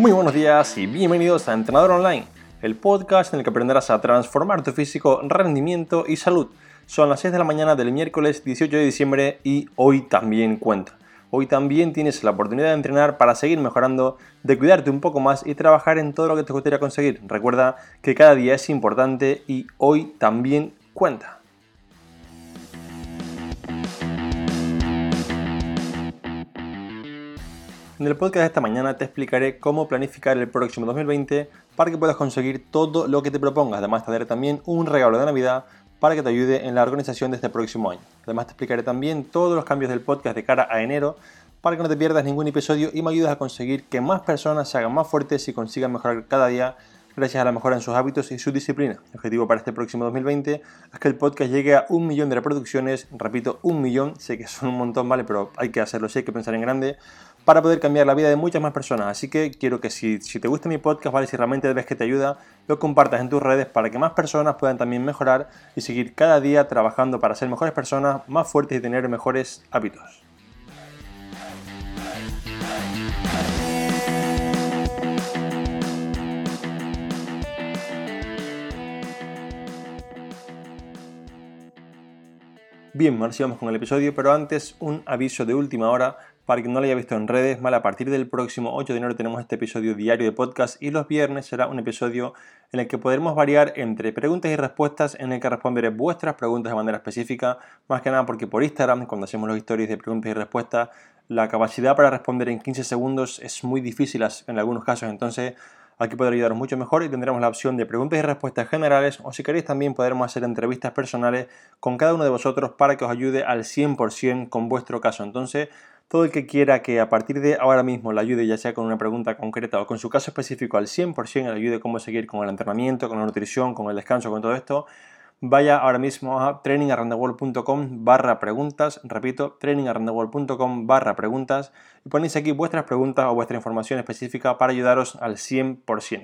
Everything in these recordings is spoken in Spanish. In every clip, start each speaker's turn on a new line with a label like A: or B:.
A: Muy buenos días y bienvenidos a Entrenador Online, el podcast en el que aprenderás a transformar tu físico, rendimiento y salud. Son las 6 de la mañana del miércoles 18 de diciembre y hoy también cuenta. Hoy también tienes la oportunidad de entrenar para seguir mejorando, de cuidarte un poco más y trabajar en todo lo que te gustaría conseguir. Recuerda que cada día es importante y hoy también cuenta. En el podcast de esta mañana te explicaré cómo planificar el próximo 2020 para que puedas conseguir todo lo que te propongas. Además te daré también un regalo de Navidad para que te ayude en la organización de este próximo año. Además te explicaré también todos los cambios del podcast de cara a enero para que no te pierdas ningún episodio y me ayudes a conseguir que más personas se hagan más fuertes y consigan mejorar cada día gracias a la mejora en sus hábitos y su disciplina. El objetivo para este próximo 2020 es que el podcast llegue a 1 millón de reproducciones. Repito, 1 millón, sé que son un montón, ¿vale? Pero hay que hacerlo, sí, hay que pensar en grande para poder cambiar la vida de muchas más personas. Así que quiero que si te gusta mi podcast, ¿vale? Si realmente ves que te ayuda, lo compartas en tus redes para que más personas puedan también mejorar y seguir cada día trabajando para ser mejores personas, más fuertes y tener mejores hábitos. Bien, ahora sí vamos con el episodio, pero antes un aviso de última hora para quien no lo haya visto en redes, ¿vale? A partir del próximo 8 de enero tenemos este episodio diario de podcast y los viernes será un episodio en el que podremos variar entre preguntas y respuestas en el que responderé vuestras preguntas de manera específica, más que nada porque por Instagram, cuando hacemos los stories de preguntas y respuestas, la capacidad para responder en 15 segundos es muy difícil en algunos casos, entonces aquí podré ayudaros mucho mejor y tendremos la opción de preguntas y respuestas generales o si queréis también podremos hacer entrevistas personales con cada uno de vosotros para que os ayude al 100% con vuestro caso. Entonces, todo el que quiera que a partir de ahora mismo le ayude, ya sea con una pregunta concreta o con su caso específico al 100%, le ayude cómo seguir con el entrenamiento, con la nutrición, con el descanso, con todo esto, vaya ahora mismo a trainingaroundtheworld.com/preguntas, repito, trainingaroundtheworld.com/preguntas y ponéis aquí vuestras preguntas o vuestra información específica para ayudaros al 100%.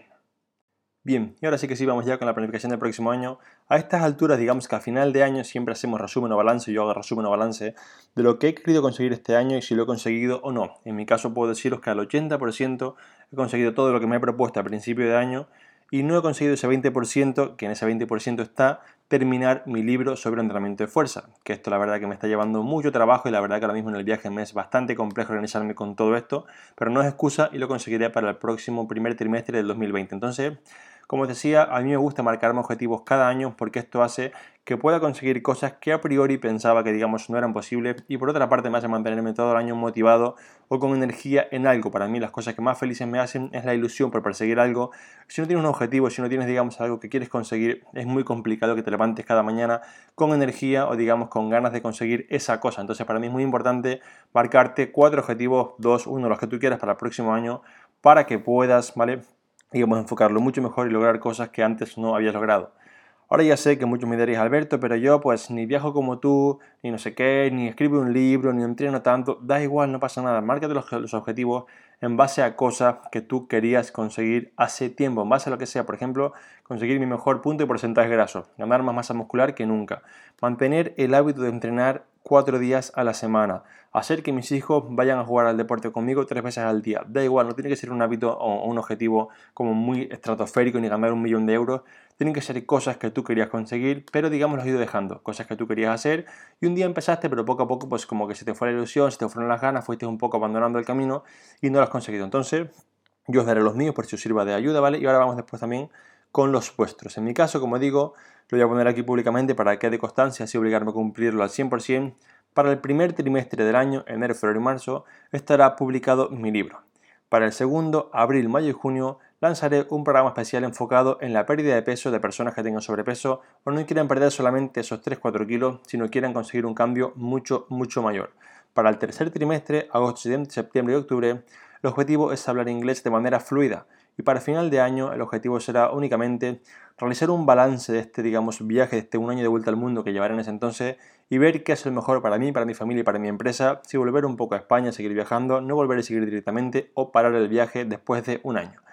A: Bien, y ahora sí que sí, vamos ya con la planificación del próximo año. A estas alturas, digamos que a final de año siempre hacemos resumen o balance, yo hago resumen o balance de lo que he querido conseguir este año y si lo he conseguido o no. En mi caso puedo deciros que al 80% he conseguido todo lo que me he propuesto a principio de año y no he conseguido ese 20%, que en ese 20% está terminar mi libro sobre entrenamiento de fuerza, que esto la verdad que me está llevando mucho trabajo y la verdad que ahora mismo en el viaje me es bastante complejo organizarme con todo esto, pero no es excusa y lo conseguiré para el próximo primer trimestre del 2020. Entonces, como os decía, a mí me gusta marcarme objetivos cada año porque esto hace que pueda conseguir cosas que a priori pensaba que digamos no eran posibles y por otra parte me hace mantenerme todo el año motivado o con energía en algo. Para mí las cosas que más felices me hacen es la ilusión por perseguir algo. Si no tienes un objetivo, si no tienes digamos algo que quieres conseguir, es muy complicado que te levantes cada mañana con energía o digamos con ganas de conseguir esa cosa. Entonces para mí es muy importante marcarte 4 objetivos, 2, 1, los que tú quieras para el próximo año para que puedas, ¿vale? Digamos, enfocarlo mucho mejor y lograr cosas que antes no habías logrado. Ahora ya sé que muchos me diréis, Alberto, pero yo pues ni viajo como tú, ni no sé qué, ni escribo un libro, ni entreno tanto, da igual, no pasa nada, márcate los objetivos en base a cosas que tú querías conseguir hace tiempo, en base a lo que sea, por ejemplo, conseguir mi mejor punto de porcentaje graso, ganar más masa muscular que nunca, mantener el hábito de entrenar 4 días a la semana, hacer que mis hijos vayan a jugar al deporte conmigo 3 veces al día, da igual, no tiene que ser un hábito o un objetivo como muy estratosférico ni ganar 1 millón de euros, tienen que ser cosas que tú querías conseguir, pero digamos lo has ido dejando, cosas que tú querías hacer y un día empezaste, pero poco a poco pues como que se te fue la ilusión, se te fueron las ganas, fuiste un poco abandonando el camino y no lo has conseguido. Entonces yo os daré los míos por si os sirva de ayuda, ¿vale? Y ahora vamos después también con los vuestros. En mi caso, como digo, lo voy a poner aquí públicamente para que quede constancia, así obligarme a cumplirlo al 100%. Para el primer trimestre del año, enero, febrero y marzo, estará publicado mi libro. Para el segundo, abril, mayo y junio, lanzaré un programa especial enfocado en la pérdida de peso de personas que tengan sobrepeso o no quieren perder solamente esos 3-4 kilos, sino quieren conseguir un cambio mucho mayor. Para el tercer trimestre, agosto, septiembre y octubre, el objetivo es hablar inglés de manera fluida y para final de año el objetivo será únicamente realizar un balance de este, digamos, viaje de este 1 año de vuelta al mundo que llevaré en ese entonces y ver qué es el mejor para mí, para mi familia y para mi empresa, si volver un poco a España, seguir viajando, no volver a seguir directamente o parar el viaje después de 1 año.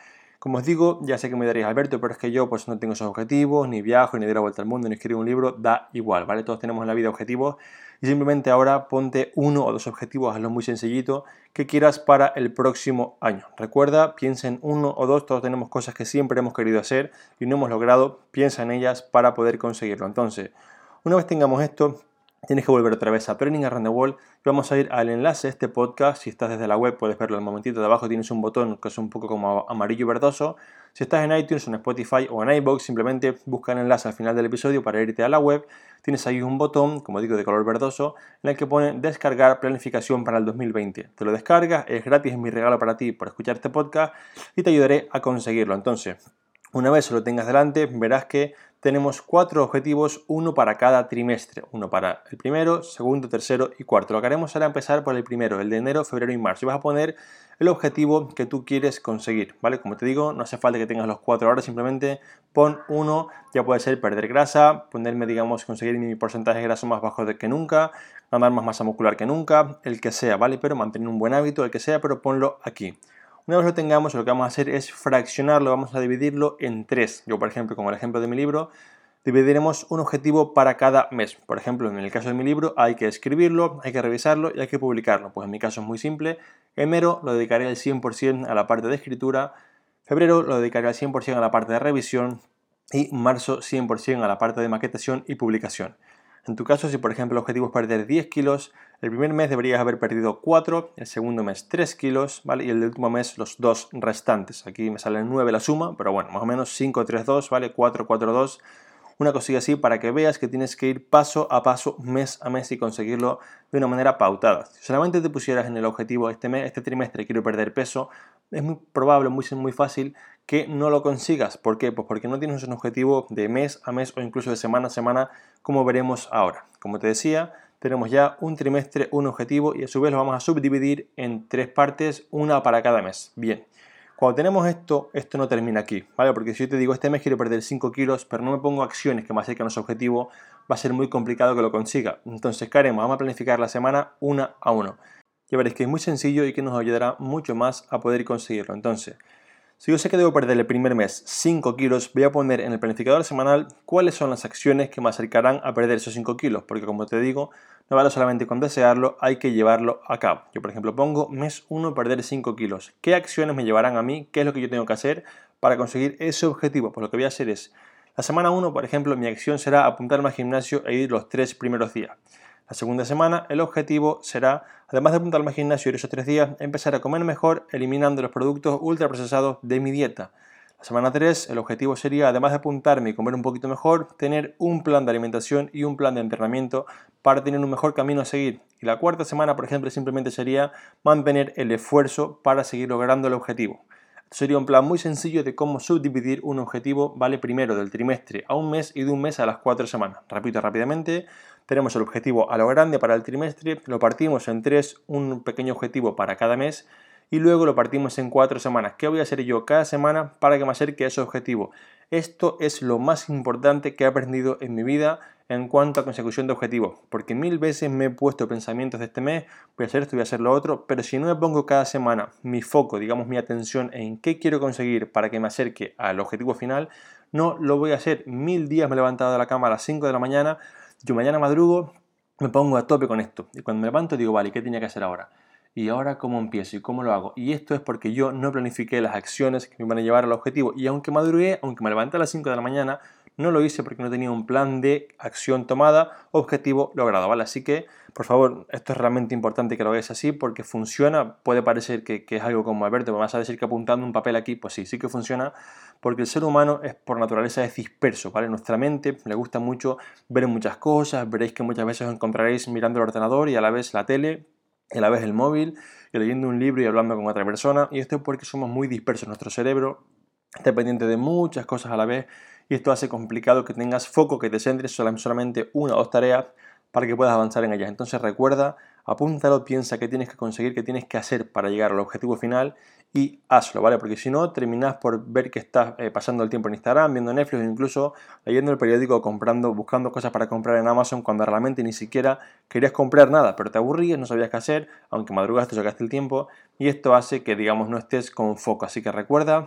A: Como os digo, ya sé que me daréis, Alberto, pero es que yo pues no tengo esos objetivos, ni viajo, ni doy la vuelta al mundo, ni escribo un libro, da igual, ¿vale? Todos tenemos en la vida objetivos y simplemente ahora ponte 1 o 2 objetivos, hazlo muy sencillito, que quieras para el próximo año. Recuerda, piensa en 1 o 2, todos tenemos cosas que siempre hemos querido hacer y no hemos logrado, piensa en ellas para poder conseguirlo. Entonces, una vez tengamos esto, tienes que volver otra vez a Training Around the World y vamos a ir al enlace de este podcast. Si estás desde la web puedes verlo al momentito de abajo, tienes un botón que es un poco como amarillo verdoso. Si estás en iTunes, en Spotify o en iVoox, simplemente busca el enlace al final del episodio para irte a la web. Tienes ahí un botón, como digo, de color verdoso, en el que pone descargar planificación para el 2020. Te lo descargas, es gratis, es mi regalo para ti por escuchar este podcast y te ayudaré a conseguirlo. Entonces, una vez lo tengas delante, verás que tenemos 4 objetivos, uno para cada trimestre, uno para el primero, segundo, tercero y cuarto. Lo que haremos será empezar por el primero, el de enero, febrero y marzo. Y vas a poner el objetivo que tú quieres conseguir, ¿vale? Como te digo, no hace falta que tengas los 4 ahora, simplemente pon uno, ya puede ser perder grasa, ponerme, digamos, conseguir mi porcentaje de grasa más bajo que nunca, ganar más masa muscular que nunca, el que sea, ¿vale? Pero mantener un buen hábito, el que sea, pero ponlo aquí. Una vez lo tengamos, lo que vamos a hacer es fraccionarlo, vamos a dividirlo en 3. Yo, por ejemplo, como el ejemplo de mi libro, dividiremos un objetivo para cada mes. Por ejemplo, en el caso de mi libro hay que escribirlo, hay que revisarlo y hay que publicarlo. Pues en mi caso es muy simple. Enero lo dedicaré al 100% a la parte de escritura, febrero lo dedicaré al 100% a la parte de revisión y marzo 100% a la parte de maquetación y publicación. En tu caso, si por ejemplo el objetivo es perder 10 kilos, el primer mes deberías haber perdido 4, el segundo mes 3 kilos, ¿vale? Y el último mes los 2 restantes. Aquí me salen 9 la suma, pero bueno, más o menos 5, 3, 2, ¿vale? 4, 4, 2. Una cosilla así para que veas que tienes que ir paso a paso, mes a mes y conseguirlo de una manera pautada. Si solamente te pusieras en el objetivo este trimestre quiero perder peso, es muy probable, muy fácil que no lo consigas. ¿Por qué? Pues porque no tienes un objetivo de mes a mes o incluso de semana a semana, como veremos ahora. Como te decía, tenemos ya un trimestre, un objetivo y a su vez lo vamos a subdividir en 3 partes, una para cada mes. Bien. Cuando tenemos esto no termina aquí, ¿vale? Porque si yo te digo, este mes quiero perder 5 kilos, pero no me pongo acciones que me acerquen a ese objetivo, va a ser muy complicado que lo consiga. Entonces, ¿qué haremos? Vamos a planificar la semana una a uno. Ya veréis que es muy sencillo y que nos ayudará mucho más a poder conseguirlo. Entonces, si yo sé que debo perder el primer mes 5 kilos, voy a poner en el planificador semanal cuáles son las acciones que me acercarán a perder esos 5 kilos, porque como te digo, no vale solamente con desearlo, hay que llevarlo a cabo. Yo, por ejemplo, pongo mes 1 perder 5 kilos. ¿Qué acciones me llevarán a mí? ¿Qué es lo que yo tengo que hacer para conseguir ese objetivo? Pues lo que voy a hacer es, la semana 1, por ejemplo, mi acción será apuntarme al gimnasio e ir los 3 primeros días. La segunda semana, el objetivo será, además de apuntarme al gimnasio y ir esos 3 días, empezar a comer mejor eliminando los productos ultraprocesados de mi dieta. La semana 3, el objetivo sería, además de apuntarme y comer un poquito mejor, tener un plan de alimentación y un plan de entrenamiento para tener un mejor camino a seguir. Y la cuarta semana, por ejemplo, simplemente sería mantener el esfuerzo para seguir logrando el objetivo. Esto sería un plan muy sencillo de cómo subdividir un objetivo, ¿vale? Primero del trimestre a un mes y de un mes a las 4 semanas. Repito rápidamente. Tenemos el objetivo a lo grande para el trimestre, lo partimos en 3, un pequeño objetivo para cada mes y luego lo partimos en 4 semanas. ¿Qué voy a hacer yo cada semana para que me acerque a ese objetivo? Esto es lo más importante que he aprendido en mi vida en cuanto a consecución de objetivos, porque 1000 veces me he puesto pensamientos de este mes, voy a hacer esto, voy a hacer lo otro, pero si no me pongo cada semana mi foco, digamos mi atención en qué quiero conseguir para que me acerque al objetivo final, no lo voy a hacer. 1000 días me he levantado de la cama a las 5 de la mañana, yo mañana madrugo, me pongo a tope con esto. Y cuando me levanto digo, vale, ¿qué tenía que hacer ahora? ¿Y ahora cómo empiezo? ¿Y cómo lo hago? Y esto es porque yo no planifiqué las acciones que me van a llevar al objetivo. Y aunque madrugué, aunque me levanté a las 5 de la mañana, no lo hice porque no tenía un plan de acción tomada, objetivo logrado, ¿vale? Así que, por favor, esto es realmente importante que lo hagáis así porque funciona. Puede parecer que es algo como, Alberto, me vas a decir que apuntando un papel aquí, pues sí, sí que funciona porque el ser humano es por naturaleza es disperso, ¿vale? Nuestra mente le gusta mucho ver muchas cosas, veréis que muchas veces os encontraréis mirando el ordenador y a la vez la tele, y a la vez el móvil, y leyendo un libro y hablando con otra persona, y esto es porque somos muy dispersos. Nuestro cerebro está pendiente de muchas cosas a la vez y esto hace complicado que tengas foco, que te centres solamente una o dos tareas para que puedas avanzar en ellas. Entonces recuerda, apúntalo, piensa qué tienes que conseguir, qué tienes que hacer para llegar al objetivo final y hazlo, ¿vale? Porque si no, terminas por ver que estás pasando el tiempo en Instagram, viendo Netflix o incluso leyendo el periódico, buscando cosas para comprar en Amazon cuando realmente ni siquiera querías comprar nada, pero te aburrías, no sabías qué hacer, aunque madrugaste, sacaste el tiempo y esto hace que, digamos, no estés con foco. Así que recuerda,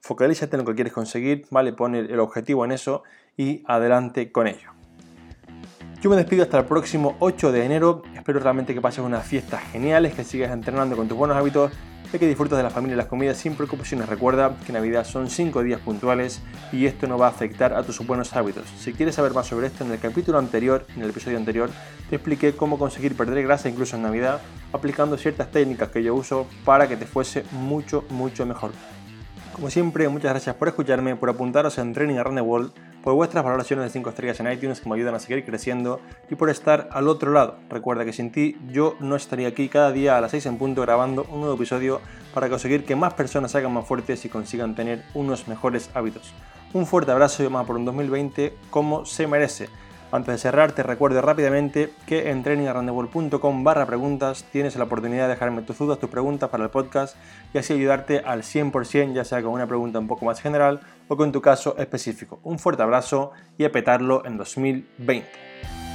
A: focalízate en lo que quieres conseguir, ¿vale? Pon el objetivo en eso y adelante con ello. Yo me despido hasta el próximo 8 de enero, espero realmente que pases unas fiestas geniales, que sigas entrenando con tus buenos hábitos y que disfrutes de la familia y las comidas sin preocupaciones. Recuerda que Navidad son 5 días puntuales y esto no va a afectar a tus buenos hábitos. Si quieres saber más sobre esto, en el capítulo anterior, en el episodio anterior, te expliqué cómo conseguir perder grasa incluso en Navidad, aplicando ciertas técnicas que yo uso para que te fuese mucho mejor. Como siempre, muchas gracias por escucharme, por apuntaros en Training Around the World, por vuestras valoraciones de 5 estrellas en iTunes que me ayudan a seguir creciendo y por estar al otro lado. Recuerda que sin ti yo no estaría aquí cada día a las 6 en punto grabando un nuevo episodio para conseguir que más personas se hagan más fuertes y consigan tener unos mejores hábitos. Un fuerte abrazo y vamos a por un 2020 como se merece. Antes de cerrar, te recuerdo rápidamente que en trainingaroundtheworld.com/preguntas tienes la oportunidad de dejarme tus dudas, tus preguntas para el podcast y así ayudarte al 100%, ya sea con una pregunta un poco más general o con tu caso específico. Un fuerte abrazo y a petarlo en 2020.